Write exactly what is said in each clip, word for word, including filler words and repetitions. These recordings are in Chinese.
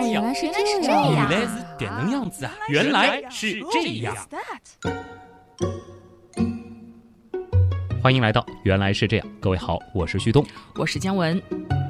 原来是这样， 原来是这能样子啊！原来是这样。欢迎来到原来是这样，各位好，我是旭东， 我是姜文。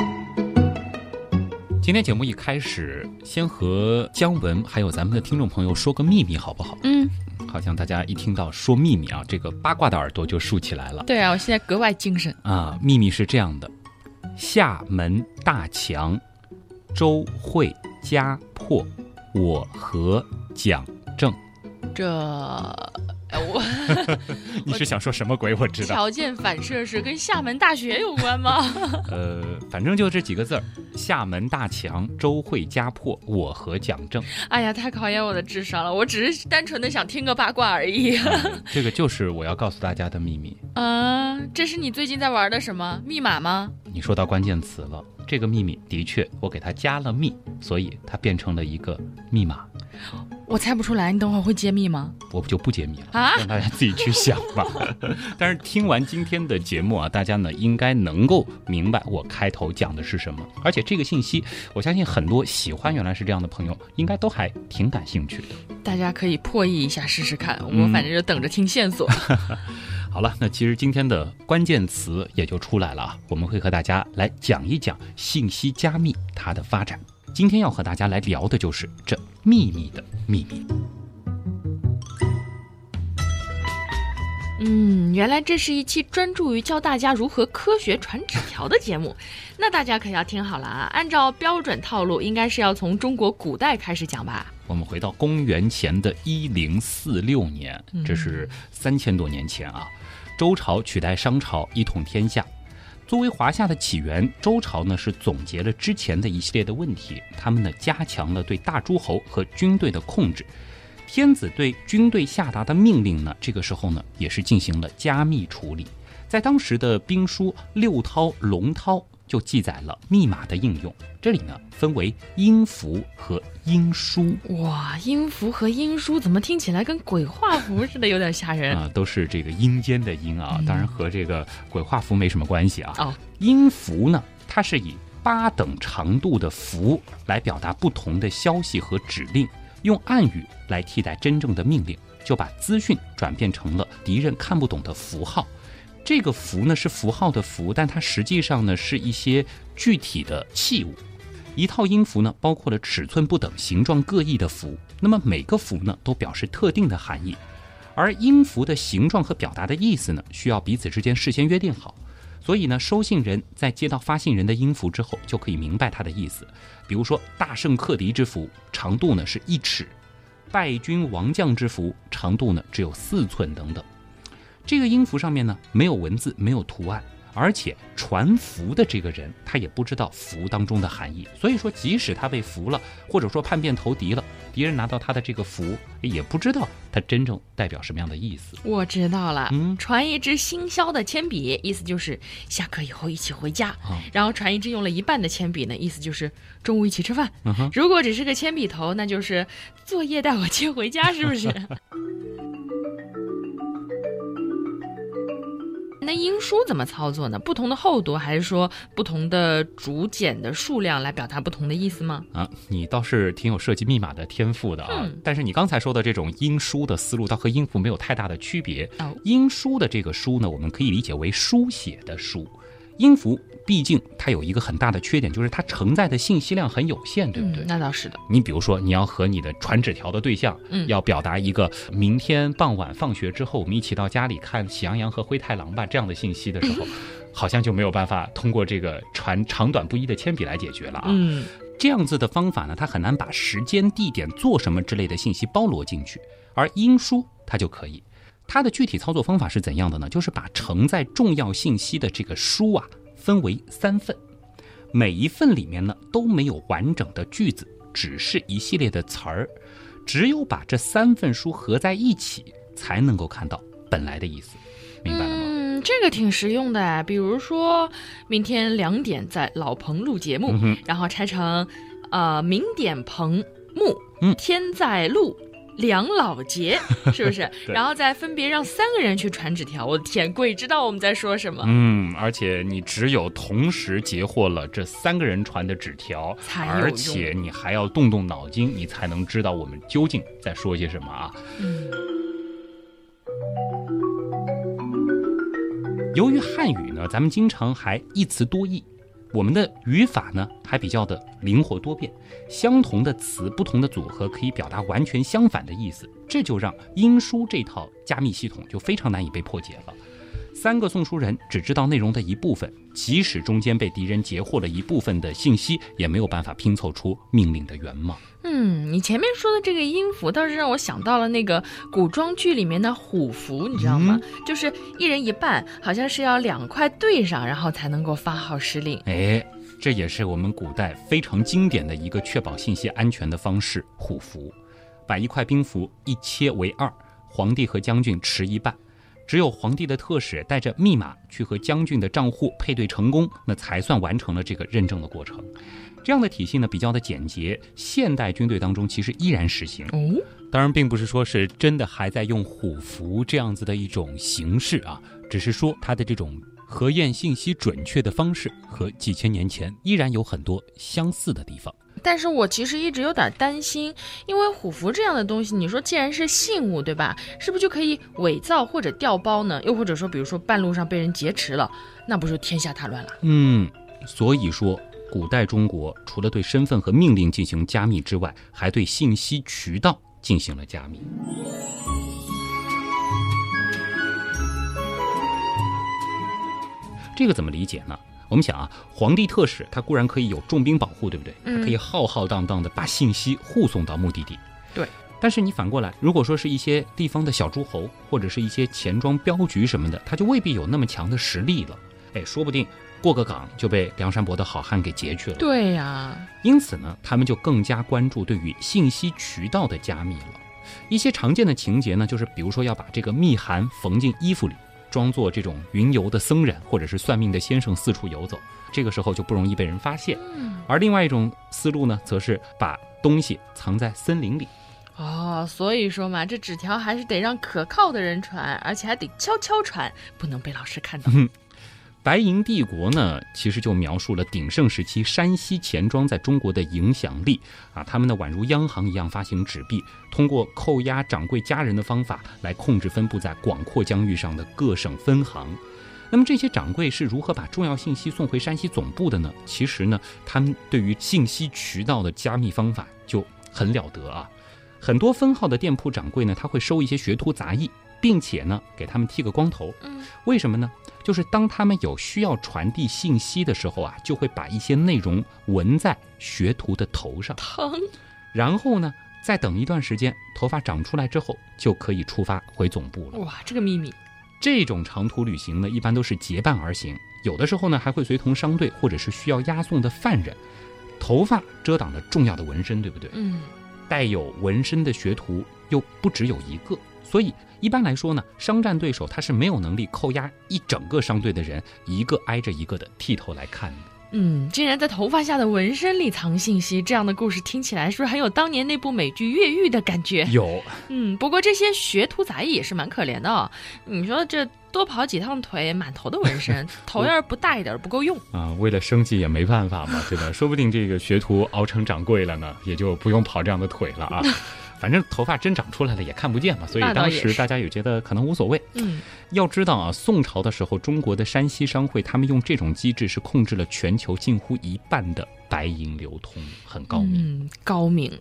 今天节目一开始，先和姜文还有咱们的听众朋友说个秘密，好不好？ 嗯， 好像大家一听到说秘密啊，这个八卦的耳朵就竖起来了。 对啊，我现在格外精神啊！秘密是这样的：厦门大强，周慧家破，我和蒋正。 这。我你是想说什么鬼？我知道。 条件反射是跟厦门大学有关吗？ 呃，反正就这几个字儿：厦门大强，周慧家破，我和蒋正。 哎呀，太考验我的智商了！我只是单纯的想听个八卦而已。 嗯、这个就是我要告诉大家的秘密。 啊、呃，这是你最近在玩的什么密码吗？ 你说到关键词了，这个秘密的确我给它加了密，所以它变成了一个密码。 我猜不出来，你等会儿会揭秘吗？ 我就不揭秘了啊， 让大家自己去想吧。但是听完今天的节目啊，大家呢应该能够明白我开头讲的是什么，而且这个信息，我相信很多喜欢原来是这样的朋友，应该都还挺感兴趣的。 大家可以破译一下试试看，我反正就等着听线索。 嗯、好了，那其实今天的关键词也就出来了啊，我们会和大家来讲一讲信息加密它的发展。今天要和大家来聊的就是这秘密的秘密。 嗯，原来这是一期专注于教大家如何科学传纸条的节目。那大家可要听好了啊，按照标准套路，应该是要从中国古代开始讲吧。 我们回到公元前的一零四六年，这是三千多年前啊。周朝取代商朝，一统天下。作为华夏的起源，周朝呢是总结了之前的一系列的问题，他们呢加强了对大诸侯和军队的控制。天子对军队下达的命令呢，这个时候呢也是进行了加密处理。在当时的兵书《六韬龙韬》就记载了密码的应用，这里呢分为阴符和阴书。 哇，阴符和阴书怎么听起来跟鬼画符似的，有点吓人啊！都是这个阴间的阴啊，当然和这个鬼画符没什么关系啊。 哦， 阴符呢，它是以八等长度的符来表达不同的消息和指令，用暗语来替代真正的命令，就把资讯转变成了敌人看不懂的符号。这个符呢是符号的符，但它实际上呢是一些具体的器物。一套音符呢包括了尺寸不等、形状各异的符，那么每个符呢都表示特定的含义。而音符的形状和表达的意思呢，需要彼此之间事先约定好。所以呢，收信人在接到发信人的音符之后，就可以明白它的意思。比如说，大胜克敌之符，长度呢是一尺；败军亡将之符，长度呢只有四寸等等。这个音符上面呢没有文字，没有图案，而且传符的这个人他也不知道符当中的含义。所以说，即使他被俘了，或者说叛变投敌了，敌人拿到他的这个符，也不知道他真正代表什么样的意思。 我知道了， 嗯， 传一支新削的铅笔，意思就是下课以后一起回家。嗯、然后传一支用了一半的铅笔呢，意思就是中午一起吃饭。 嗯、 如果只是个铅笔头，那就是作业带我接回家，是不是？那音书怎么操作呢？不同的厚度，还是说不同的竹简的数量来表达不同的意思吗？ 啊，你倒是挺有设计密码的天赋的啊！嗯、但是你刚才说的这种音书的思路，倒和音符没有太大的区别。 哦、 音书的这个书呢，我们可以理解为书写的书。音符毕竟它有一个很大的缺点，就是它承载的信息量很有限，对不对？ 嗯、那倒是的。 你比如说，你要和你的传纸条的对象， 嗯、 要表达一个明天傍晚放学之后，我们一起到家里看《喜羊羊和灰太狼》吧这样的信息的时候，好像就没有办法通过这个传长短不一的铅笔来解决了啊。 嗯， 这样子的方法呢，它很难把时间、地点、做什么之类的信息包罗进去，而音书它就可以。它的具体操作方法是怎样的呢？就是把承载重要信息的这个书啊分为三份，每一份里面呢都没有完整的句子，只是一系列的词儿，只有把这三份书合在一起，才能够看到本来的意思，明白了吗？ 嗯，这个挺实用的。比如说，明天两点在老棚录节目， 嗯、 然后拆成，呃，明点棚木， 嗯， 天在路。 两老节，是不是？然后再分别让三个人去传纸条。我的天，鬼知道我们在说什么。 嗯，而且你只有同时截获了这三个人传的纸条，而且你还要动动脑筋，你才能知道我们究竟在说些什么啊。 嗯。 由于汉语呢，咱们经常还一词多义，我们的语法呢还比较的灵活多变，相同的词不同的组合可以表达完全相反的意思，这就让英书这套加密系统就非常难以被破解了。三个送书人只知道内容的一部分，即使中间被敌人截获了一部分的信息，也没有办法拼凑出命令的原貌。 嗯，你前面说的这个音符倒是让我想到了那个古装剧里面的虎符，你知道吗？嗯、就是一人一半，好像是要两块对上，然后才能够发号施令。 哎，这也是我们古代非常经典的一个确保信息安全的方式——虎符。把一块兵符一切为二，皇帝和将军持一半。只有皇帝的特使带着密码去和将军的账户配对成功，那才算完成了这个认证的过程。这样的体系呢，比较的简洁，现代军队当中其实依然实行。 哦， 当然并不是说是真的还在用虎符这样子的一种形式啊，只是说它的这种核验信息准确的方式和几千年前依然有很多相似的地方。 但是我其实一直有点担心，因为虎符这样的东西，你说既然是信物，对吧？是不是就可以伪造或者调包呢？又或者说，比如说半路上被人劫持了，那不是天下大乱了？ 嗯，所以说古代中国除了对身份和命令进行加密之外，还对信息渠道进行了加密。这个怎么理解呢？我们想啊，皇帝特使他固然可以有重兵保护，对不对？他可以浩浩荡荡的把信息护送到目的地。 对。 但是你反过来，如果说是一些地方的小诸侯，或者是一些钱庄镖局什么的，他就未必有那么强的实力了。哎，说不定过个港就被梁山伯的好汉给劫去了。 对呀、啊。 因此呢，他们就更加关注对于信息渠道的加密了。一些常见的情节呢，就是比如说要把这个密函缝进衣服里，装作这种云游的僧人或者是算命的先生四处游走，这个时候就不容易被人发现。而另外一种思路呢，则是把东西藏在森林里。 哦，所以说嘛，这纸条还是得让可靠的人传，而且还得悄悄传，不能被老师看到。 嗯、白银帝国呢，其实就描述了鼎盛时期山西钱庄在中国的影响力啊，他们呢宛如央行一样发行纸币，通过扣押掌柜家人的方法来控制分布在广阔疆域上的各省分行。那么这些掌柜是如何把重要信息送回山西总部的呢？其实呢，他们对于信息渠道的加密方法就很了得啊。很多分号的店铺掌柜呢，他会收一些学徒杂役，并且呢给他们剃个光头。 嗯， 为什么呢？就是当他们有需要传递信息的时候啊，就会把一些内容纹在学徒的头上， 疼。 然后呢，再等一段时间，头发长出来之后，就可以出发回总部了。 哇，这个秘密！ 这种长途旅行呢，一般都是结伴而行，有的时候呢还会随同商队或者是需要押送的犯人。头发遮挡了重要的纹身，对不对？ 嗯。 带有纹身的学徒又不只有一个，所以一般来说呢，商战对手他是没有能力扣押一整个商队的人，一个挨着一个的剃头来看的。 嗯，竟然在头发下的纹身里藏信息，这样的故事听起来是不是很有当年那部美剧《越狱》的感觉？ 有。 嗯，不过这些学徒杂役也是蛮可怜的哦。你说这多跑几趟腿，满头的纹身，头要是不大一点不够用啊。为了生计也没办法嘛，对吧？说不定这个学徒熬成掌柜了呢，也就不用跑这样的腿了啊。反正头发真长出来了也看不见嘛，所以当时大家也觉得可能无所谓。 嗯， 要知道啊，宋朝的时候，中国的山西商会他们用这种机制是控制了全球近乎一半的白银流通，很高明。 嗯，高明。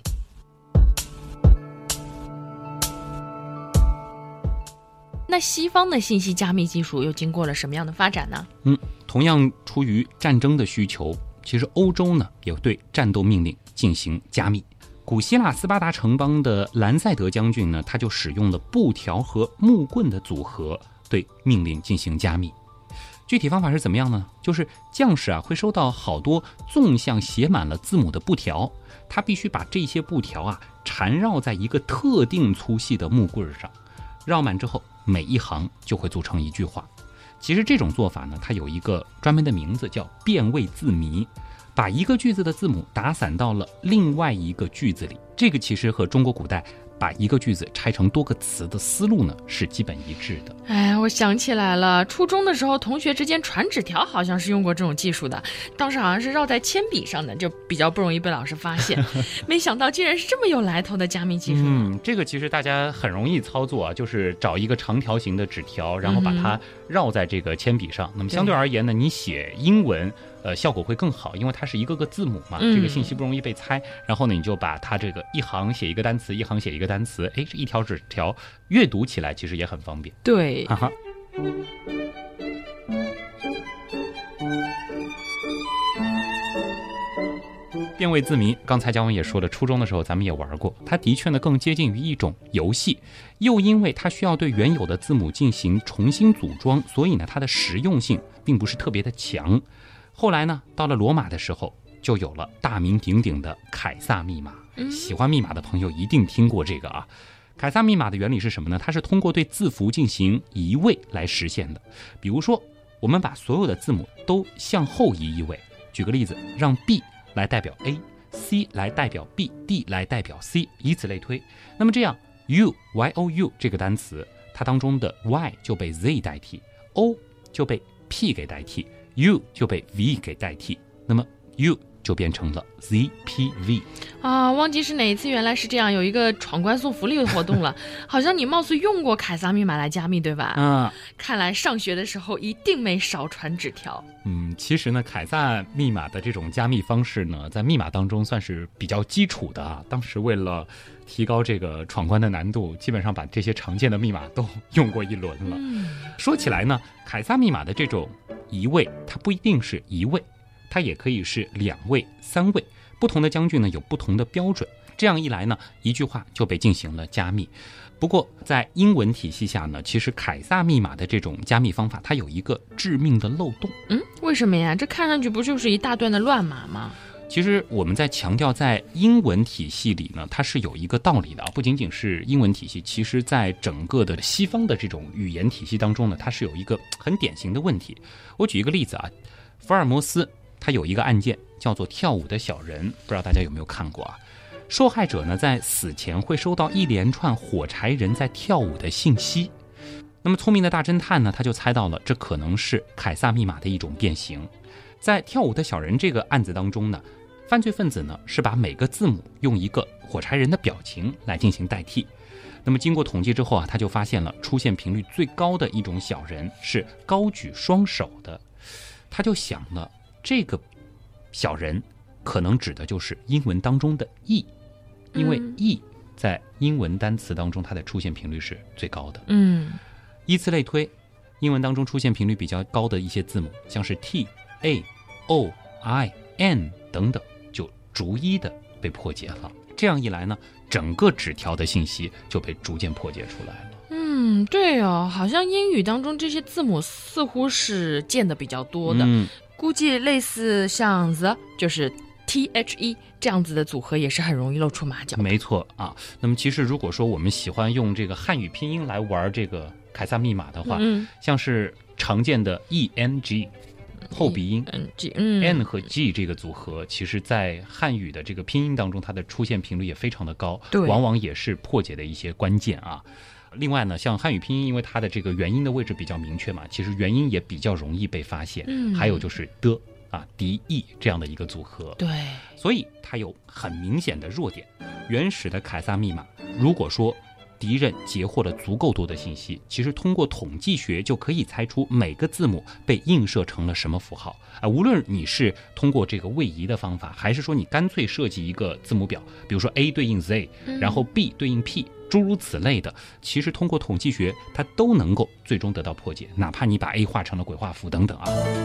那西方的信息加密技术又经过了什么样的发展呢？ 嗯，同样出于战争的需求，其实欧洲呢也对战斗命令进行加密。古希腊斯巴达城邦的兰塞德将军呢，他就使用了布条和木棍的组合对命令进行加密。具体方法是怎么样呢？就是将士啊会收到好多纵向写满了字母的布条，他必须把这些布条啊缠绕在一个特定粗细的木棍上，绕满之后，每一行就会组成一句话。其实这种做法呢，它有一个专门的名字，叫变位字谜。把一个句子的字母打散到了另外一个句子里，这个其实和中国古代把一个句子拆成多个词的思路呢是基本一致的。 哎，我想起来了，初中的时候同学之间传纸条好像是用过这种技术的，当时好像是绕在铅笔上的，就比较不容易被老师发现。没想到竟然是这么有来头的加密技术。 嗯，这个其实大家很容易操作啊，就是找一个长条形的纸条，然后把它绕在这个铅笔上。嗯、那么相对而言呢，你写英文呃，效果会更好，因为它是一个个字母嘛，这个信息不容易被猜。嗯、然后呢，你就把它这个一行写一个单词，一行写一个单词，哎，这一条纸条阅读起来其实也很方便。 对， 哈哈。变位字谜，刚才姜文也说了，初中的时候咱们也玩过，它的确呢更接近于一种游戏，又因为它需要对原有的字母进行重新组装，所以呢它的实用性并不是特别的强。后来呢，到了罗马的时候，就有了大名鼎鼎的凯撒密码。喜欢密码的朋友一定听过这个啊。凯撒密码的原理是什么呢？它是通过对字符进行移位来实现的。比如说，我们把所有的字母都向后移一位。举个例子，让 B 来代表 A，C 来代表 B，D 来代表 C， 以此类推。那么这样 U Y O U 这个单词，它当中的 Y 就被 Z 代替， O 就被 P 给代替， U 就被 V 给代替，那么 U 就变成了 Z P V 啊！忘记是哪一次，原来是这样，有一个闯关送福利的活动了。好像你貌似用过凯撒密码来加密，对吧？ 嗯， 看来上学的时候一定没少传纸条。 嗯，其实呢，凯撒密码的这种加密方式呢，在密码当中算是比较基础的啊。当时为了提高这个闯关的难度，基本上把这些常见的密码都用过一轮了。嗯、说起来呢，凯撒密码的这种移位，它不一定是一位。它也可以是两位、三位，不同的将军呢有不同的标准。这样一来呢，一句话就被进行了加密。不过在英文体系下呢，其实凯撒密码的这种加密方法，它有一个致命的漏洞。 嗯，为什么呀？这看上去不就是一大段的乱码吗？ 其实我们在强调，在英文体系里呢，它是有一个道理的啊，不仅仅是英文体系，其实在整个的西方的这种语言体系当中呢，它是有一个很典型的问题。我举一个例子啊，福尔摩斯他有一个案件叫做跳舞的小人，不知道大家有没有看过啊？受害者呢在死前会收到一连串火柴人在跳舞的信息。那么聪明的大侦探呢，他就猜到了这可能是凯撒密码的一种变形。在跳舞的小人这个案子当中呢，犯罪分子呢是把每个字母用一个火柴人的表情来进行代替。那么经过统计之后啊，他就发现了出现频率最高的一种小人是高举双手的。他就想了，这个小人可能指的就是英文当中的 E， 因为 E 在英文单词当中它的出现频率是最高的。 嗯， 以此类推，英文当中出现频率比较高的一些字母，像是 T、A、O、I、N 等等，就逐一的被破解了。这样一来呢，整个纸条的信息就被逐渐破解出来了。 嗯，对哦，好像英语当中这些字母似乎是见的比较多的， 嗯、 估计类似像 the 就是 T H E 这样子的组合也是很容易露出马脚。 没错啊，那么其实如果说我们喜欢用这个汉语拼音来玩这个凯撒密码的话， 嗯、 像是常见的 E N G 后鼻音 N G， 嗯 N 和 G 这个组合，其实在汉语的这个拼音当中，它的出现频率也非常的高， 对， 往往也是破解的一些关键啊。另外呢，像汉语拼音，因为它的这个元音的位置比较明确嘛，其实元音也比较容易被发现。 嗯， 还有就是的啊、敌意这样的一个组合。 对， 所以它有很明显的弱点。原始的凯撒密码，如果说敌人截获了足够多的信息，其实通过统计学就可以猜出每个字母被映射成了什么符号啊、呃。无论你是通过这个位移的方法，还是说你干脆设计一个字母表，比如说 A 对应 Z， 然后 B 对应 P，诸如此类的，其实通过统计学它都能够最终得到破解，哪怕你把 A 画成了鬼画符等等啊。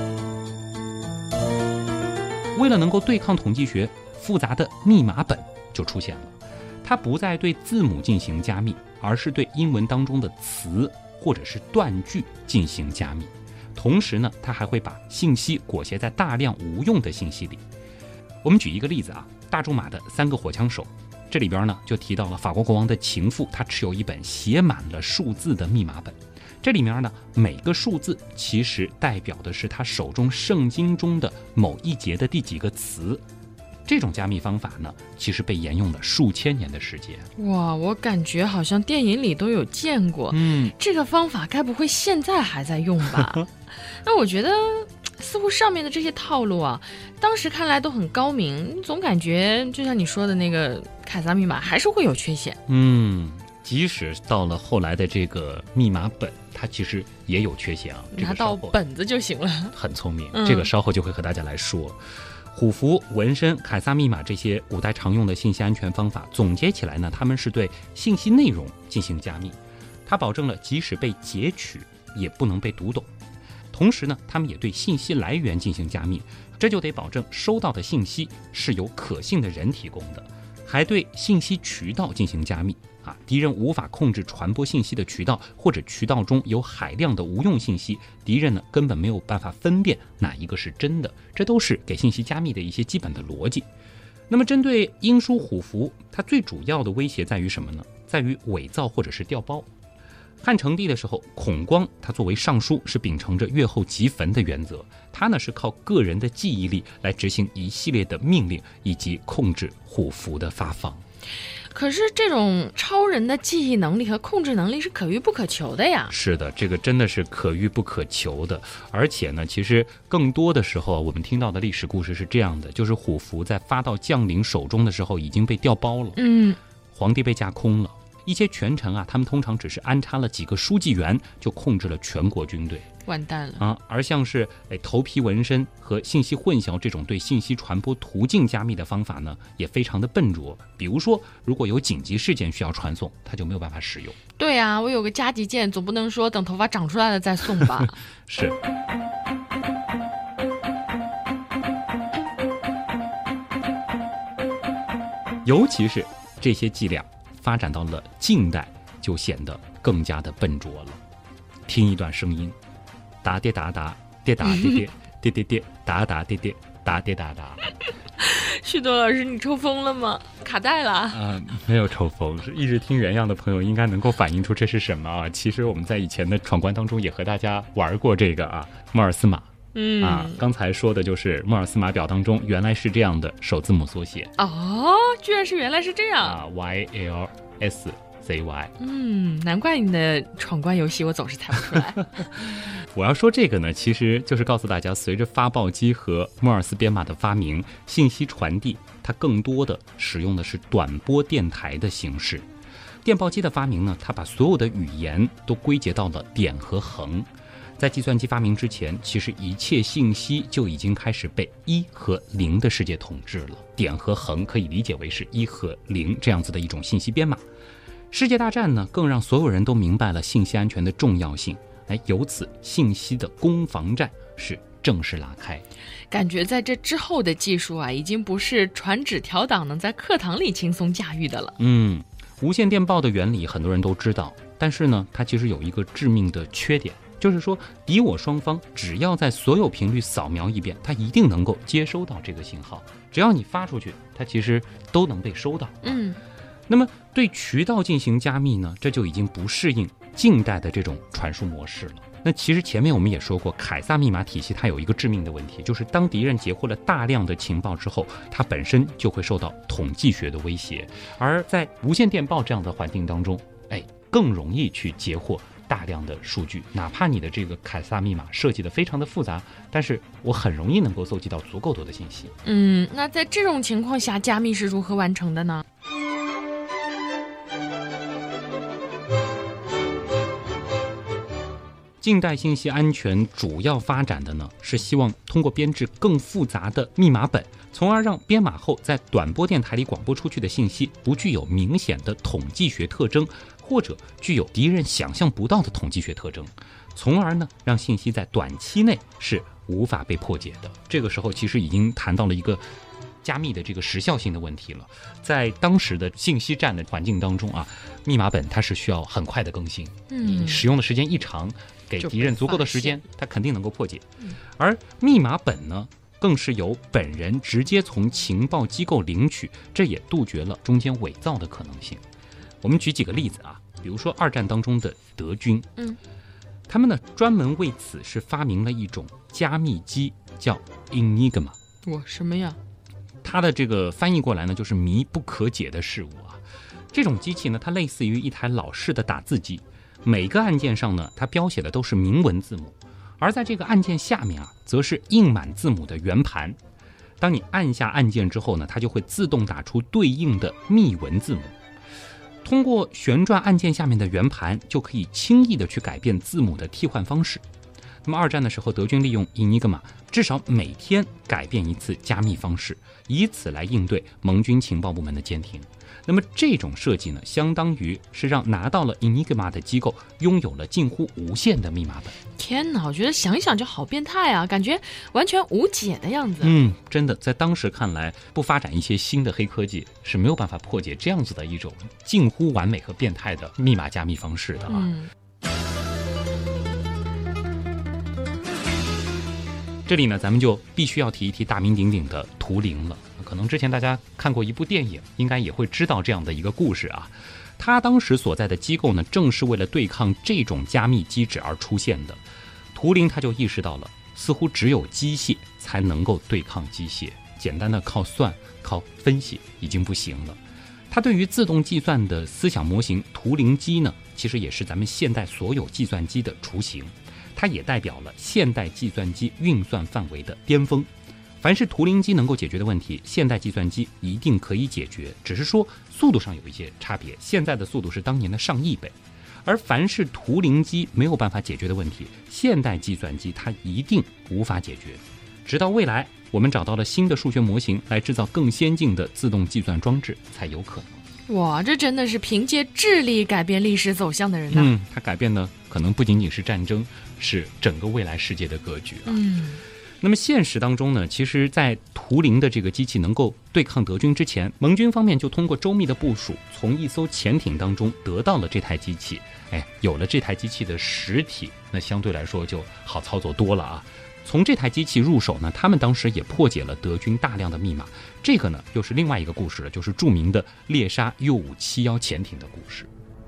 为了能够对抗统计学，复杂的密码本就出现了。它不再对字母进行加密，而是对英文当中的词或者是断句进行加密。同时呢，它还会把信息裹挟在大量无用的信息里。我们举一个例子啊，大仲马的三个火枪手，这里边呢就提到了法国国王的情妇，她持有一本写满了数字的密码本。这里面呢，每个数字其实代表的是他手中圣经中的某一节的第几个词。 这种加密方法呢，其实被沿用了数千年的时间。 哇，我感觉好像电影里都有见过。 嗯， 这个方法该不会现在还在用吧？那我觉得似乎上面的这些套路啊，当时看来都很高明，总感觉就像你说的那个凯撒密码还是会有缺陷。 嗯，即使到了后来的这个密码本，它其实也有缺陷啊。 拿到本子就行了。 很聪明， 嗯、 这个稍后就会和大家来说。虎符、纹身、凯撒密码这些古代常用的信息安全方法，总结起来呢，他们是对信息内容进行加密，它保证了即使被截取，也不能被读懂。同时呢，他们也对信息来源进行加密，这就得保证收到的信息是由可信的人提供的，还对信息渠道进行加密。啊，敌人无法控制传播信息的渠道，或者渠道中有海量的无用信息，敌人呢根本没有办法分辨哪一个是真的，这都是给信息加密的一些基本的逻辑。那么针对英书虎符，它最主要的威胁在于什么呢？在于伪造或者是调包。汉成帝的时候，孔光他作为尚书是秉承着阅后即焚的原则，他呢是靠个人的记忆力来执行一系列的命令以及控制虎符的发放。 可是这种超人的记忆能力和控制能力是可遇不可求的呀。 是的，这个真的是可遇不可求的。而且呢，其实更多的时候我们听到的历史故事是这样的，就是虎符在发到将领手中的时候已经被调包了， 嗯， 皇帝被架空了，一些权臣啊，他们通常只是安插了几个书记员就控制了全国军队， 完蛋了啊！而像是哎头皮纹身和信息混淆这种对信息传播途径加密的方法呢，也非常的笨拙。比如说，如果有紧急事件需要传送，它就没有办法使用。 对啊，我有个加急件，总不能说等头发长出来了再送吧？ 是。尤其是这些伎俩发展到了近代，就显得更加的笨拙了。听一段声音。打跌打打，跌打跌跌，跌跌跌，打打跌跌，打跌打打。 旭东老师，你抽风了吗？卡带了啊、 呃？没有抽风，是一直听原样的朋友应该能够反映出这是什么啊？其实我们在以前的闯关当中也和大家玩过这个啊，莫尔斯码。 嗯啊，刚才说的就是莫尔斯码表当中原来是这样的首字母缩写。 哦，居然是原来是这样啊 ，Y L S Z Y。 嗯，难怪你的闯关游戏我总是猜不出来。 我要说这个呢，其实就是告诉大家，随着发报机和摩尔斯编码的发明，信息传递它更多的使用的是短波电台的形式。电报机的发明呢，它把所有的语言都归结到了点和横。在计算机发明之前，其实一切信息就已经开始被一和零的世界统治了。点和横可以理解为是一和零这样子的一种信息编码。世界大战呢，更让所有人都明白了信息安全的重要性。哎，由此信息的攻防战是正式拉开。 感觉在这之后的技术啊，已经不是传纸条党能在课堂里轻松驾驭的了。 嗯，无线电报的原理很多人都知道，但是呢，它其实有一个致命的缺点，就是说敌我双方只要在所有频率扫描一遍，它一定能够接收到这个信号。只要你发出去，它其实都能被收到。 嗯， 那么对渠道进行加密呢，这就已经不适应近代的这种传输模式了。那其实前面我们也说过，凯撒密码体系它有一个致命的问题，就是当敌人截获了大量的情报之后，它本身就会受到统计学的威胁。而在无线电报这样的环境当中，哎，更容易去截获大量的数据。哪怕你的这个凯撒密码设计的非常的复杂，但是我很容易能够搜集到足够多的信息。 嗯，那在这种情况下，加密是如何完成的呢？ 近代信息安全主要发展的呢，是希望通过编制更复杂的密码本，从而让编码后在短波电台里广播出去的信息不具有明显的统计学特征，或者具有敌人想象不到的统计学特征，从而呢让信息在短期内是无法被破解的。这个时候其实已经谈到了一个加密的这个时效性的问题了。在当时的信息战的环境当中啊，密码本它是需要很快的更新， 嗯， 你使用的时间一长，给敌人足够的时间，它肯定能够破解。而密码本呢，更是由本人直接从情报机构领取，这也杜绝了中间伪造的可能性。我们举几个例子啊，比如说二战当中的德军， 嗯， 他们呢专门为此是发明了一种加密机，叫 Enigma。 哇，什么呀？ 它的这个翻译过来呢，就是谜不可解的事物啊。这种机器呢，它类似于一台老式的打字机，每个按键上呢，它标写的都是明文字母，而在这个按键下面啊，则是印满字母的圆盘。当你按下按键之后呢，它就会自动打出对应的密文字母。通过旋转按键下面的圆盘，就可以轻易的去改变字母的替换方式。那么二战的时候，德军利用 Enigma 至少每天改变一次加密方式，以此来应对盟军情报部门的监听。那么这种设计呢，相当于是让拿到了 Enigma 的机构拥有了近乎无限的密码本。 天哪，我觉得想想就好变态啊，感觉完全无解的样子。 嗯，真的，在当时看来，不发展一些新的黑科技是没有办法破解这样子的一种近乎完美和变态的密码加密方式的啊。 嗯， 这里呢，咱们就必须要提一提大名鼎鼎的图灵了。可能之前大家看过一部电影，应该也会知道这样的一个故事啊。他当时所在的机构呢，正是为了对抗这种加密机制而出现的。图灵他就意识到了，似乎只有机械才能够对抗机械，简单的靠算、靠分析已经不行了。他对于自动计算的思想模型图灵机呢，其实也是咱们现代所有计算机的雏形。它也代表了现代计算机运算范围的巅峰。凡是图灵机能够解决的问题，现代计算机一定可以解决，只是说速度上有一些差别，现在的速度是当年的上亿倍。而凡是图灵机没有办法解决的问题，现代计算机它一定无法解决。直到未来我们找到了新的数学模型来制造更先进的自动计算装置才有可能。 哇，这真的是凭借智力改变历史走向的人呐、啊！ 嗯，他改变的可能不仅仅是战争，是整个未来世界的格局啊。 嗯， 那么现实当中呢，其实在图灵的这个机器能够对抗德军之前，盟军方面就通过周密的部署，从一艘潜艇当中得到了这台机器。哎，有了这台机器的实体，那相对来说就好操作多了啊。从这台机器入手呢，他们当时也破解了德军大量的密码。这个呢，又是另外一个故事了，就是著名的猎杀 U 五七一潜艇的故事。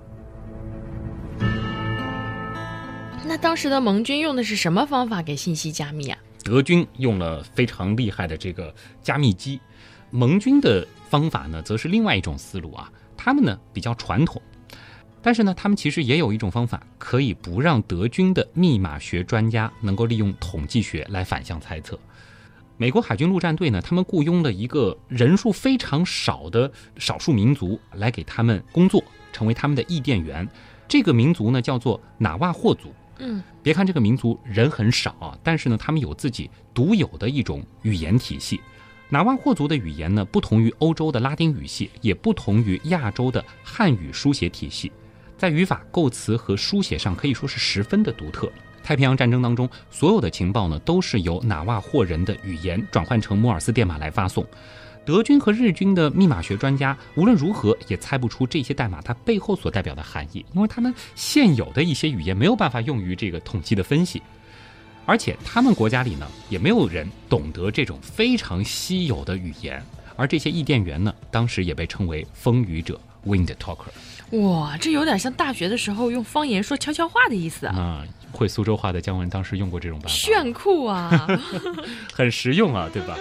那当时的盟军用的是什么方法给信息加密啊？ 德军用了非常厉害的这个加密机，盟军的方法呢，则是另外一种思路啊。他们呢比较传统，但是呢，他们其实也有一种方法，可以不让德军的密码学专家能够利用统计学来反向猜测。美国海军陆战队呢，他们雇佣了一个人数非常少的少数民族来给他们工作，成为他们的译电员。这个民族呢，叫做纳瓦霍族。 嗯， 别看这个民族人很少啊，但是呢，他们有自己独有的一种语言体系。纳瓦霍族的语言呢，不同于欧洲的拉丁语系，也不同于亚洲的汉语书写体系，在语法、构词和书写上可以说是十分的独特。太平洋战争当中，所有的情报呢，都是由纳瓦霍人的语言转换成摩尔斯电码来发送。德军和日军的密码学专家无论如何也猜不出这些代码它背后所代表的含义，因为他们现有的一些语言没有办法用于这个统计的分析，而且他们国家里呢也没有人懂得这种非常稀有的语言，而这些译电员呢，当时也被称为风语者 （Wind Talker）。 哇，这有点像大学的时候用方言说悄悄话的意思啊！ 啊，会苏州话的姜文当时用过这种办法， 炫酷啊， 很实用啊，对吧？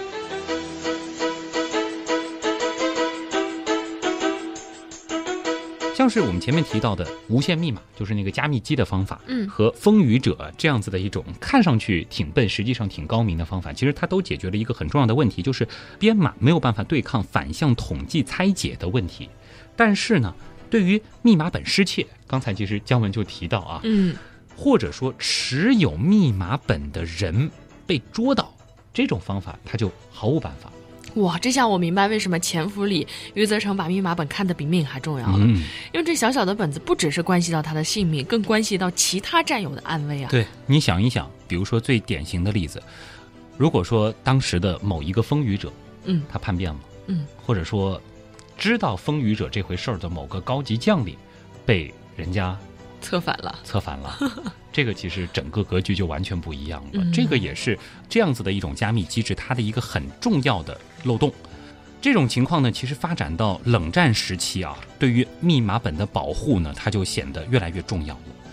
像是我们前面提到的无限密码，就是那个加密机的方法， 嗯， 和风语者这样子的一种看上去挺笨，实际上挺高明的方法，其实它都解决了一个很重要的问题，就是编码没有办法对抗反向统计拆解的问题。但是呢，对于密码本失窃，刚才其实姜文就提到啊， 嗯， 或者说持有密码本的人被捉到，这种方法它就毫无办法。 哇，这下我明白为什么潜伏里余则成把密码本看得比命还重要了， 嗯， 因为这小小的本子不只是关系到他的性命，更关系到其他战友的安危啊。 对，你想一想，比如说最典型的例子，如果说当时的某一个风语者， 嗯， 他叛变了， 嗯， 或者说知道风语者这回事儿的某个高级将领被人家策反了， 策反了，这个其实整个格局就完全不一样了。 嗯， 这个也是这样子的一种加密机制，它的一个很重要的漏洞。这种情况呢，其实发展到冷战时期啊，对于密码本的保护呢，它就显得越来越重要了。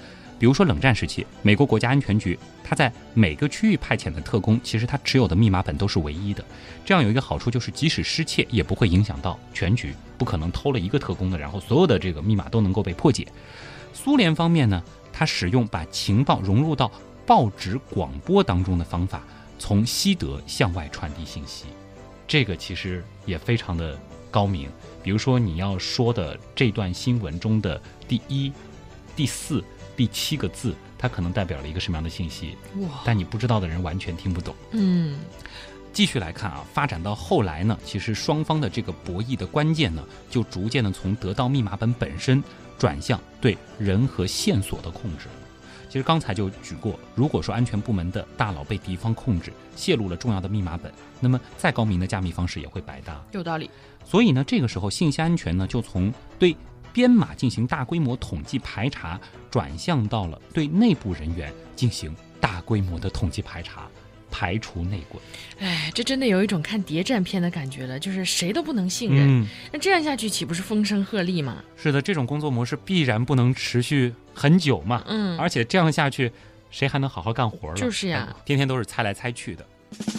比如说冷战时期，美国国家安全局它在每个区域派遣的特工，其实他持有的密码本都是唯一的。这样有一个好处就是，即使失窃也不会影响到全局，不可能偷了一个特工的，然后所有的这个密码都能够被破解。苏联方面呢，它使用把情报融入到报纸广播当中的方法，从西德向外传递信息，这个其实也非常的高明。比如说你要说的这段新闻中的第一、第四、第七个字，它可能代表了一个什么样的信息，但你不知道的人完全听不懂。 嗯， 继续来看啊，发展到后来呢，其实双方的这个博弈的关键呢，就逐渐的从得到密码本本身转向对人和线索的控制。其实刚才就举过，如果说安全部门的大佬被敌方控制，泄露了重要的密码本，那么再高明的加密方式也会白搭。 有道理。 所以呢，这个时候信息安全呢，就从对编码进行大规模统计排查，转向到了对内部人员进行大规模的统计排查，排除内鬼。 哎，这真的有一种看谍战片的感觉了，就是谁都不能信任。嗯，那这样下去岂不是风声鹤唳吗？ 是的，这种工作模式必然不能持续很久嘛。 嗯， 而且这样下去，谁还能好好干活了？ 就是呀， 哎，天天都是猜来猜去的。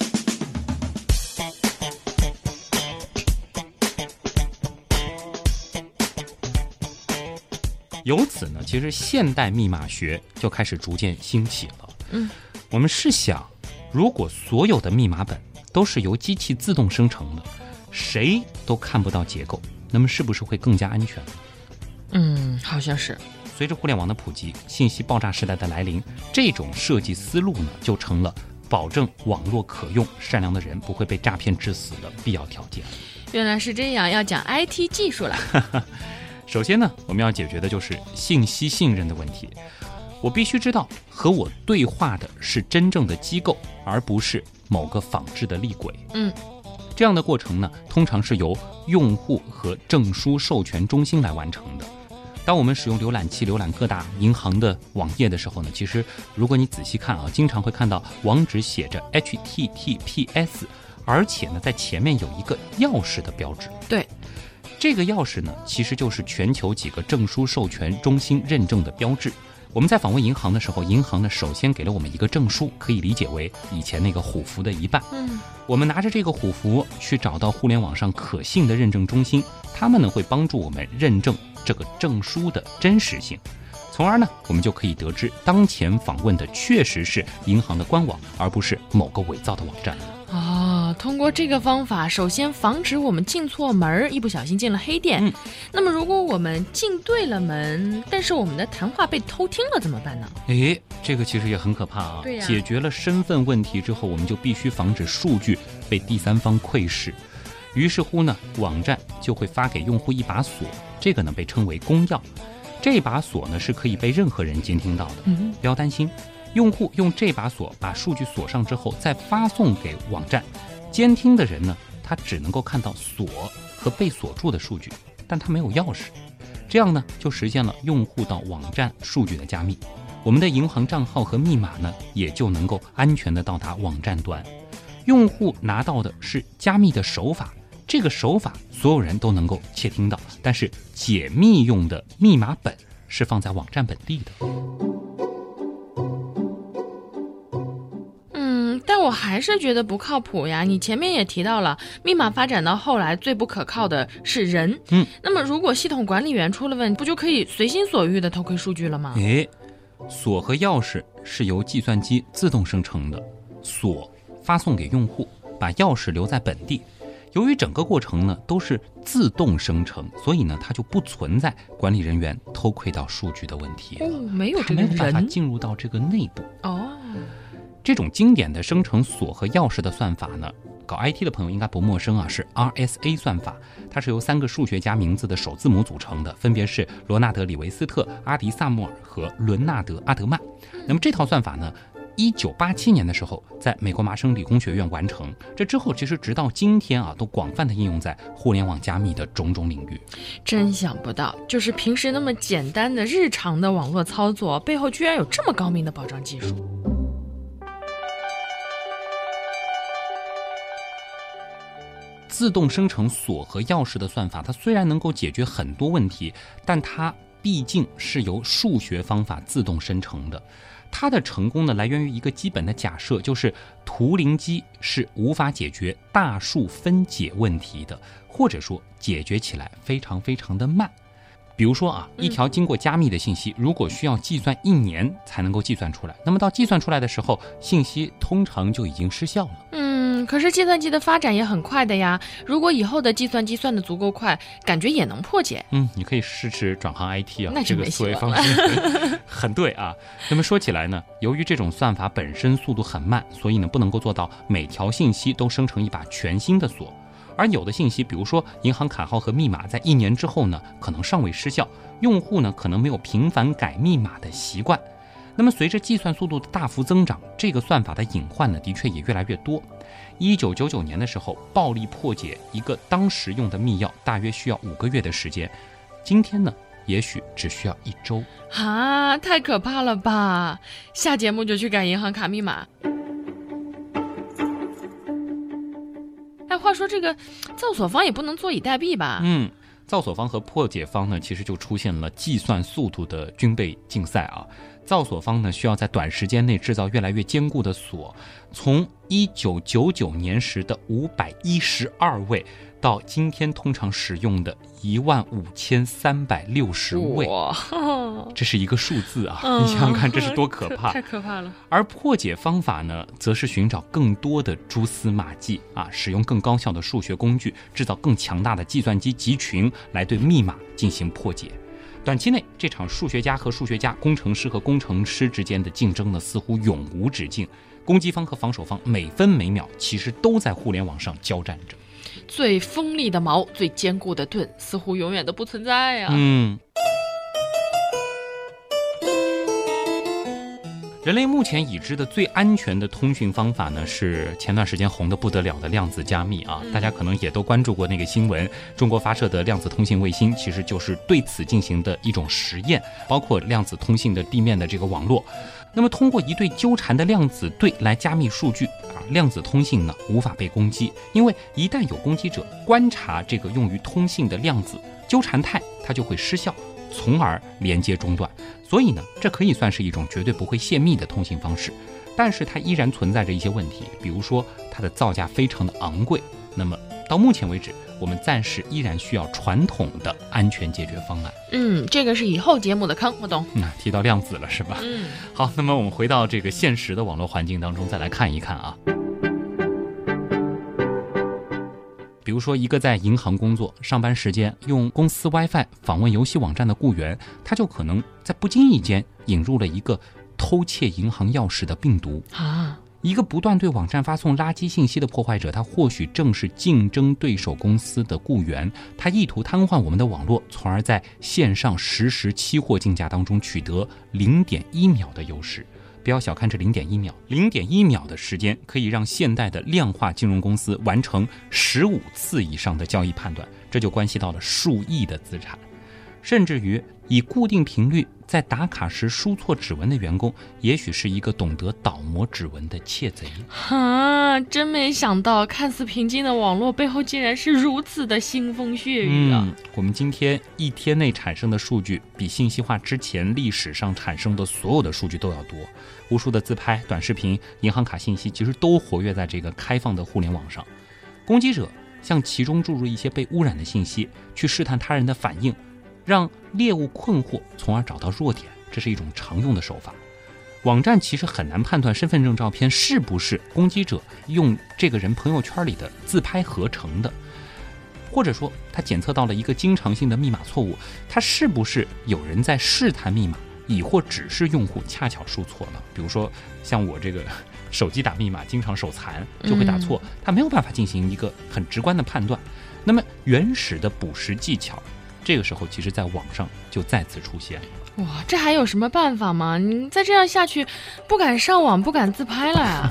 由此呢，其实现代密码学就开始逐渐兴起了。 嗯， 我们试想，如果所有的密码本都是由机器自动生成的，谁都看不到结构，那么是不是会更加安全呢？ 嗯，好像是。 随着互联网的普及，信息爆炸时代的来临，这种设计思路呢，就成了保证网络可用、善良的人不会被诈骗致死的必要条件。 原来是这样，要讲 I T 技术了。 首先呢，我们要解决的就是信息信任的问题。我必须知道和我对话的是真正的机构，而不是某个仿制的厉鬼。 嗯， 这样的过程呢，通常是由用户和证书授权中心来完成的。当我们使用浏览器浏览各大银行的网页的时候呢，其实如果你仔细看啊，经常会看到网址写着 H T T P S， 而且呢，在前面有一个钥匙的标志。 对。 这个钥匙呢，其实就是全球几个证书授权中心认证的标志。我们在访问银行的时候，银行呢首先给了我们一个证书，可以理解为以前那个虎符的一半。 嗯， 我们拿着这个虎符去找到互联网上可信的认证中心，他们呢会帮助我们认证这个证书的真实性，从而呢我们就可以得知当前访问的确实是银行的官网，而不是某个伪造的网站。 哦，通过这个方法，首先防止我们进错门，一不小心进了黑店。 嗯， 那么如果我们进对了门，但是我们的谈话被偷听了怎么办呢？ 诶，这个其实也很可怕啊。 对呀， 解决了身份问题之后，我们就必须防止数据被第三方窥视。于是乎呢，网站就会发给用户一把锁，这个呢被称为公钥。这把锁呢是可以被任何人监听到的。 嗯， 不要担心。用户用这把锁把数据锁上之后，再发送给网站，监听的人呢，他只能够看到锁和被锁住的数据，但他没有钥匙。这样呢，就实现了用户到网站数据的加密，我们的银行账号和密码呢，也就能够安全的到达网站端。用户拿到的是加密的手法，这个手法所有人都能够窃听到，但是解密用的密码本是放在网站本地的。 但我还是觉得不靠谱呀。你前面也提到了，密码发展到后来最不可靠的是人。 嗯， 那么如果系统管理员出了问题，不就可以随心所欲的偷窥数据了吗？ 诶，锁和钥匙是由计算机自动生成的，锁发送给用户，把钥匙留在本地。由于整个过程呢都是自动生成，所以呢它就不存在管理人员偷窥到数据的问题了。 哦，没有这个人， 没有办法进入到这个内部。 哦。 这种经典的生成锁和钥匙的算法呢，搞 I T 的朋友应该不陌生啊，是 R S A 算法。它是由三个数学家名字的首字母组成的，分别是罗纳德·李维斯特、阿迪·萨默尔和伦纳德·阿德曼。那么这套算法呢，一九八七年的时候在美国麻省理工学院完成。这之后其实直到今天啊，都广泛的应用在互联网加密的种种领域。 真想不到，就是平时那么简单的日常的网络操作，背后居然有这么高明的保障技术。 自动生成锁和钥匙的算法，它虽然能够解决很多问题，但它毕竟是由数学方法自动生成的。它的成功呢，来源于一个基本的假设，就是图灵机是无法解决大数分解问题的，或者说解决起来非常非常的慢。比如说啊，一条经过加密的信息，如果需要计算一年才能够计算出来，那么到计算出来的时候，信息通常就已经失效了。 嗯，可是计算机的发展也很快的呀，如果以后的计算机算得足够快，感觉也能破解。 嗯，你可以试试转行 I T 啊， 那这个思维方式很对啊。那么说起来呢，由于这种算法本身速度很慢，所以呢不能够做到每条信息都生成一把全新的锁。而有的信息，比如说银行卡号和密码，在一年之后呢，可能尚未失效，用户呢可能没有频繁改密码的习惯。那么随着计算速度的大幅增长，这个算法的隐患呢，的确也越来越多。一九九九年的时候，暴力破解一个当时用的密钥，大约需要五个月的时间。今天呢，也许只需要一周。 啊，太可怕了吧！下节目就去改银行卡密码。哎，话说这个造锁方也不能坐以待毙吧？ 嗯，造锁方和破解方呢，其实就出现了计算速度的军备竞赛啊。造锁方呢，需要在短时间内制造越来越坚固的锁，从一九九九年时的五百一十二位，到今天通常使用的一万五千三百六十位，这是一个数字啊！嗯、你想想看，这是多可怕！ 太可怕了。 而破解方法呢，则是寻找更多的蛛丝马迹啊，使用更高效的数学工具，制造更强大的计算机集群，来对密码进行破解。短期内，这场数学家和数学家、工程师和工程师之间的竞争呢，似乎永无止境。攻击方和防守方每分每秒其实都在互联网上交战着。 最锋利的矛，最坚固的盾，似乎永远都不存在呀、啊。 嗯。人类目前已知的最安全的通讯方法呢，是前段时间红得不得了的量子加密啊！大家可能也都关注过那个新闻，中国发射的量子通信卫星其实就是对此进行的一种实验，包括量子通信的地面的这个网络。那么通过一对纠缠的量子对来加密数据啊，量子通信呢无法被攻击，因为一旦有攻击者观察这个用于通信的量子纠缠态，它就会失效，从而连接中断。所以呢，这可以算是一种绝对不会泄密的通信方式，但是它依然存在着一些问题，比如说它的造价非常的昂贵。那么到目前为止，我们暂时依然需要传统的安全解决方案。 嗯，这个是以后节目的坑，我懂。 嗯，提到量子了是吧？ 嗯， 好，那么我们回到这个现实的网络环境当中，再来看一看啊。比如说，一个在银行工作、上班时间用公司 WiFi 访问游戏网站的雇员，他就可能在不经意间引入了一个偷窃银行钥匙的病毒啊。 一个不断对网站发送垃圾信息的破坏者，他或许正是竞争对手公司的雇员，他意图瘫痪我们的网络，从而在线上实时期货竞价当中取得零点一秒的优势。不要小看这零点一秒，零点一秒的时间可以让现代的量化金融公司完成十五次以上的交易判断，这就关系到了数亿的资产。甚至于以固定频率在打卡时输错指纹的员工，也许是一个懂得倒模指纹的窃贼。 啊，真没想到，看似平静的网络背后竟然是如此的腥风血雨啊！ 嗯，我们今天一天内产生的数据，比信息化之前历史上产生的所有的数据都要多。无数的自拍、短视频、银行卡信息，其实都活跃在这个开放的互联网上。攻击者向其中注入一些被污染的信息，去试探他人的反应，让猎物困惑，从而找到弱点，这是一种常用的手法。网站其实很难判断身份证照片是不是攻击者用这个人朋友圈里的自拍合成的，或者说他检测到了一个经常性的密码错误，他是不是有人在试探密码，亦或只是用户恰巧输错了。比如说像我这个手机打密码经常手残，就会打错，他没有办法进行一个很直观的判断。那么原始的捕食技巧，这个时候其实在网上就再次出现了。 哇，这还有什么办法吗？你再这样下去，不敢上网，不敢自拍了呀。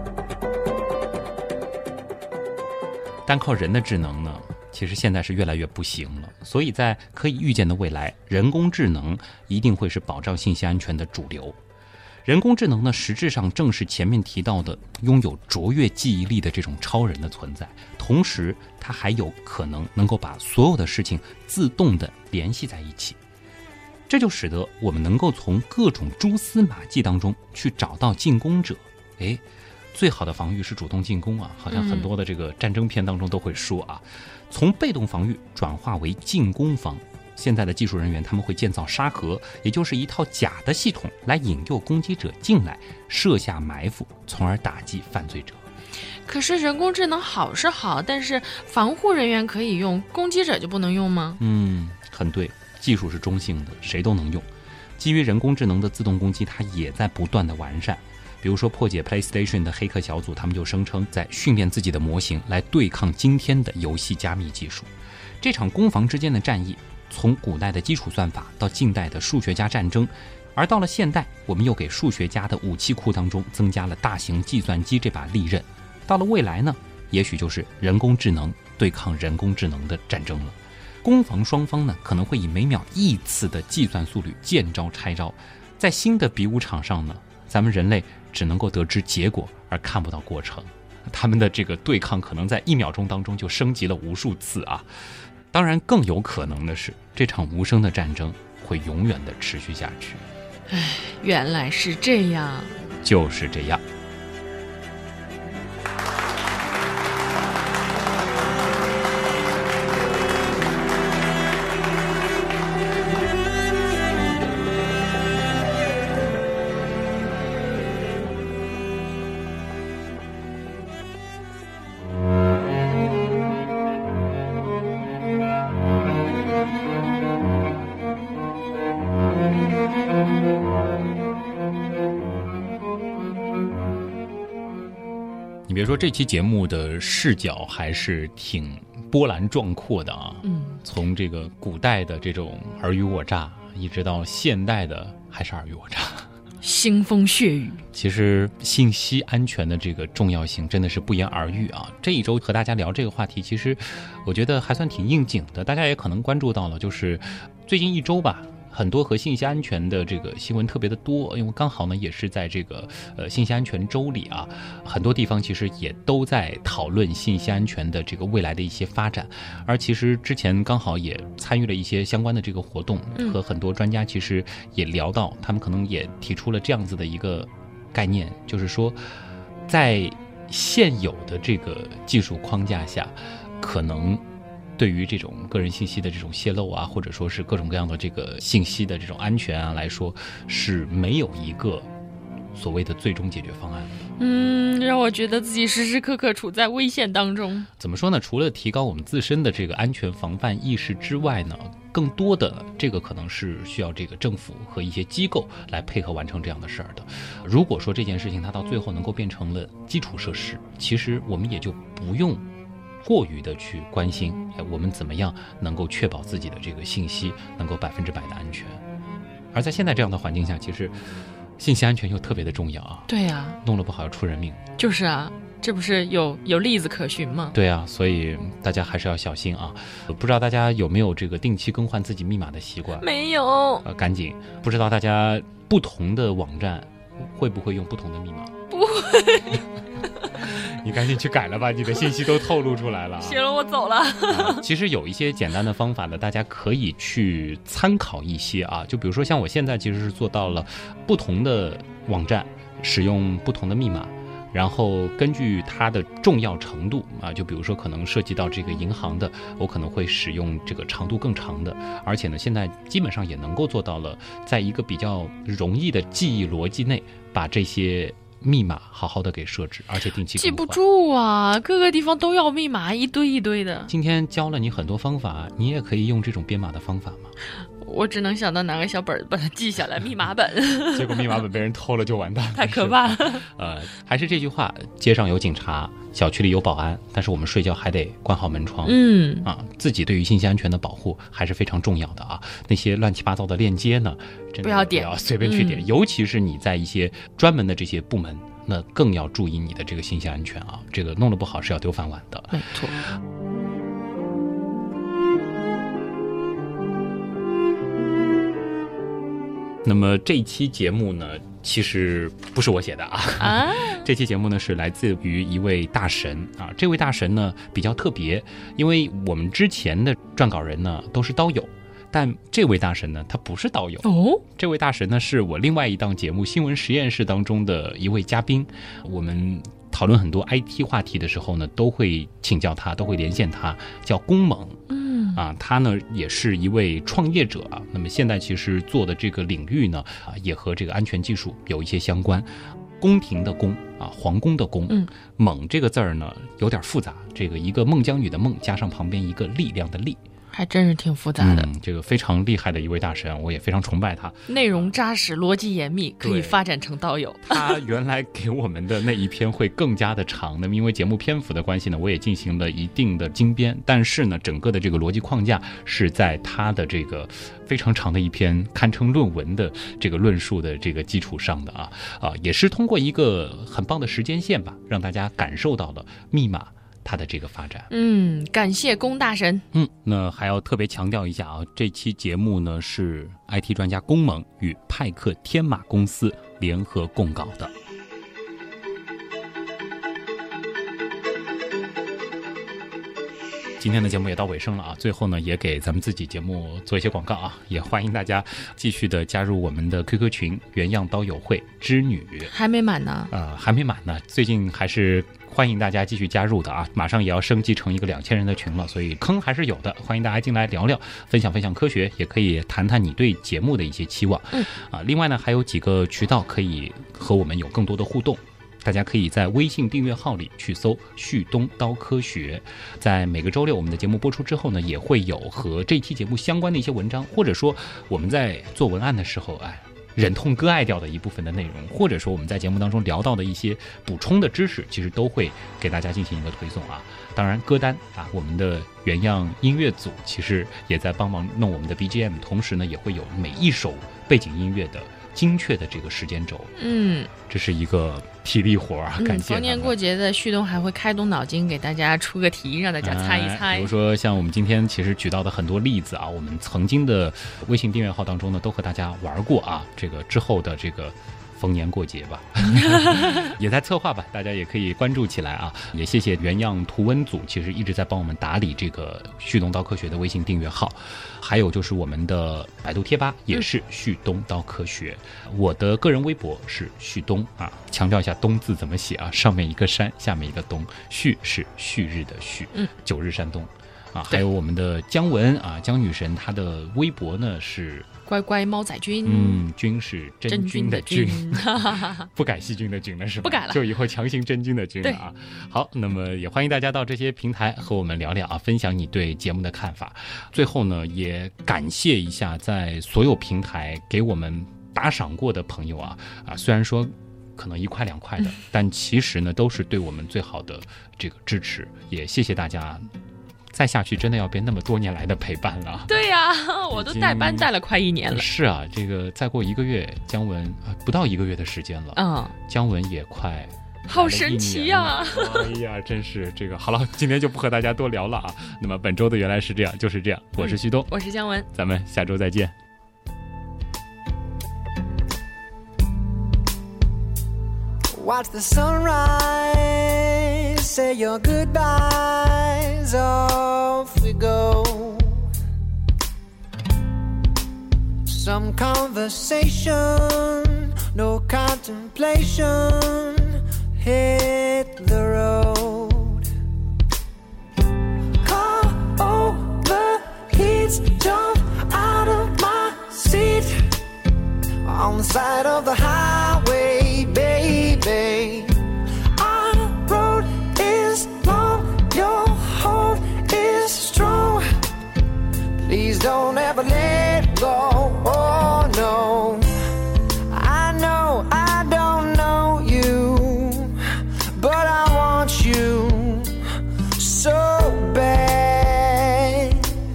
单靠人的智能呢，其实现在是越来越不行了。所以在可以预见的未来，人工智能一定会是保障信息安全的主流。人工智能呢，实质上正是前面提到的拥有卓越记忆力的这种超人的存在，同时它还有可能能够把所有的事情自动的联系在一起。 这就使得我们能够从各种蛛丝马迹当中去找到进攻者。诶，最好的防御是主动进攻啊，好像很多的这个战争片当中都会说啊，从被动防御转化为进攻方。现在的技术人员他们会建造沙盒，也就是一套假的系统来引诱攻击者进来，设下埋伏，从而打击犯罪者。 可是人工智能好是好，但是防护人员可以用，攻击者就不能用吗？ 嗯，很对，技术是中性的，谁都能用。基于人工智能的自动攻击，它也在不断的完善。比如说破解 PlayStation 的黑客小组，他们就声称在训练自己的模型来对抗今天的游戏加密技术。这场攻防之间的战役，从古代的基础算法到近代的数学家战争，而到了现代，我们又给数学家的武器库当中增加了大型计算机这把利刃。到了未来呢，也许就是人工智能对抗人工智能的战争了。攻防双方呢，可能会以每秒亿次的计算速率见招拆招。在新的比武场上呢，咱们人类只能够得知结果而看不到过程，他们的这个对抗可能在一秒钟当中就升级了无数次啊！当然，更有可能的是，这场无声的战争会永远的持续下去。 唉，原来是这样， 就是这样。你别说，这期节目的视角还是挺波澜壮阔的啊！嗯，从这个古代的这种尔虞我诈，一直到现代的还是尔虞我诈， 腥风血雨。 其实信息安全的这个重要性真的是不言而喻啊！这一周和大家聊这个话题，其实我觉得还算挺应景的。大家也可能关注到了，就是最近一周吧，很多和信息安全的这个新闻特别的多，因为刚好呢也是在这个呃信息安全周里啊，很多地方其实也都在讨论信息安全的这个未来的一些发展。而其实之前刚好也参与了一些相关的这个活动，和很多专家其实也聊到，他们可能也提出了这样子的一个概念，就是说在现有的这个技术框架下，可能对于这种个人信息的这种泄露啊，或者说是各种各样的这个信息的这种安全啊来说，是没有一个所谓的最终解决方案的。 嗯，让我觉得自己时时刻刻处在危险当中。 怎么说呢？除了提高我们自身的这个安全防范意识之外呢，更多的这个可能是需要这个政府和一些机构来配合完成这样的事儿的。如果说这件事情它到最后能够变成了基础设施，其实我们也就不用过于的去关心，哎，我们怎么样能够确保自己的这个信息能够百分之百的安全？而在现在这样的环境下，其实信息安全又特别的重要啊。 对啊， 弄了不好要出人命。就是啊，这不是有有例子可循吗？ 对啊，所以大家还是要小心啊。不知道大家有没有这个定期更换自己密码的习惯？ 没有。 呃，赶紧。不知道大家不同的网站会不会用不同的密码？ 不会。 你赶紧去改了吧，你的信息都透露出来了。 行了，我走了。 啊、其实有一些简单的方法呢，大家可以去参考一些啊。就比如说像我现在其实是做到了不同的网站使用不同的密码，然后根据它的重要程度啊，就比如说可能涉及到这个银行的，我可能会使用这个长度更长的。而且呢，现在基本上也能够做到了，在一个比较容易的记忆逻辑内，把这些密码好好的给设置，而且定期更换。 记不住啊，各个地方都要密码，一堆一堆的。 今天教了你很多方法，你也可以用这种编码的方法吗？ 我只能想到拿个小本把它记下来，密码本。 结果密码本被人偷了就完蛋了， 太可怕了。 呃，还是这句话，街上有警察，小区里有保安，但是我们睡觉还得关好门窗。嗯啊，自己对于信息安全的保护还是非常重要的啊。那些乱七八糟的链接呢，真的不要点， 不要随便去点、嗯，尤其是你在一些专门的这些部门，那更要注意你的这个信息安全啊。这个弄得不好是要丢饭碗的。 没错。 那么这一期节目呢，其实不是我写的啊。啊这期节目呢是来自于一位大神啊。这位大神呢比较特别，因为我们之前的撰稿人呢都是刀友， 但这位大神呢，他不是导游哦。 这位大神呢，是我另外一档节目《新闻实验室》当中的一位嘉宾。我们讨论很多 I T 话题的时候呢，都会请教他，都会连线他，叫龚猛。 嗯啊，他呢也是一位创业者啊。那么现在其实做的这个领域呢，啊，也和这个安全技术有一些相关。宫廷的宫啊，皇宫的宫。 嗯， 猛这个字儿呢有点复杂，这个一个孟姜女的孟，加上旁边一个力量的力。 还真是挺复杂的、 嗯，这个非常厉害的一位大神，我也非常崇拜他。 内容扎实，逻辑严密，可以发展成道友。 他原来给我们的那一篇会更加的长，那么因为节目篇幅的关系呢，我也进行了一定的精编，但是呢，整个的这个逻辑框架是在他的这个非常长的一篇堪称论文的这个论述的这个基础上的啊啊，也是通过一个很棒的时间线吧，让大家感受到了密码它的这个发展。 嗯，感谢龚大神。 嗯，那还要特别强调一下啊，这期节目呢是 I T 专家龚猛与派克天马公司联合供稿的。今天的节目也到尾声了啊，最后呢也给咱们自己节目做一些广告啊，也欢迎大家继续的加入我们的 Q Q 群原样刀友会织女。 还没满呢？ 呃，还没满呢，最近还是欢迎大家继续加入的啊，马上也要升级成一个两千人的群了，所以坑还是有的，欢迎大家进来聊聊，分享分享科学，也可以谈谈你对节目的一些期望。 嗯啊，另外呢还有几个渠道可以和我们有更多的互动。大家可以在微信订阅号里去搜旭东刀科学，在每个周六我们的节目播出之后呢，也会有和这期节目相关的一些文章，或者说我们在做文案的时候，哎，忍痛割爱掉的一部分的内容，或者说我们在节目当中聊到的一些补充的知识，其实都会给大家进行一个推送啊。当然歌单啊，我们的原样音乐组其实也在帮忙弄我们的 B G M， 同时呢也会有每一首背景音乐的精确的这个时间轴。 嗯， 这是一个体力活啊，感谢。 逢年过节的旭东还会开动脑筋给大家出个题，让大家猜一猜。 哎、比如说像我们今天其实举到的很多例子啊，我们曾经的微信订阅号当中呢，都和大家玩过啊。这个之后的这个逢年过节吧，也在策划吧，大家也可以关注起来啊。也谢谢原样图文组，其实一直在帮我们打理这个旭东刀科学的微信订阅号，还有就是我们的百度贴吧也是旭东刀科学，嗯、我的个人微博是旭东啊，强调一下东字怎么写啊，上面一个山，下面一个东，旭是旭日的旭， 嗯， 九日山东。啊，还有我们的姜文啊，姜女神，她的微博呢是乖乖猫仔君， 嗯，君是真君的君， 君不改细菌的菌了是吧？ 不改了， 就以后强行真菌的菌了啊。好，那么也欢迎大家到这些平台和我们聊聊啊，分享你对节目的看法。最后呢，也感谢一下在所有平台给我们打赏过的朋友啊啊，虽然说可能一块两块的，嗯、但其实呢都是对我们最好的这个支持，也谢谢大家。再下去真的要变那么多年来的陪伴了。 对呀、啊，我都带班带了快一年了。 是啊，这个再过一个月，姜文啊不到一个月的时间了。嗯，姜文也快。 好神奇呀、啊！ 哎呀，真是这个好了，今天就不和大家多聊了啊。那么本周的原来是这样，就是这样。我是旭东， 嗯、我是姜文， 咱们下周再见。 Watch the sunrise, say your goodbyes, off we go. Some conversation, no contemplation, hit the road. Car overheats, jump out of my seat on the side of the highway, baby. Our road is long, your heart is strong. Please don't ever let go, oh no. I know I don't know you, but I want you so bad.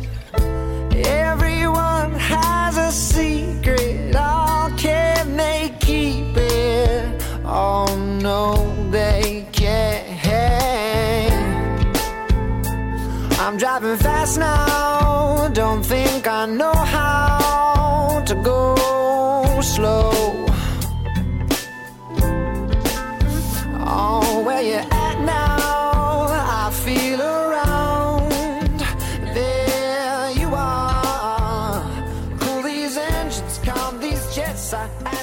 Everyone has a secret, oh, can they keep it? Oh no, they can't. I'm driving fast now, don't think I know how to go slow. Oh, where you at now? I feel around. There you are. I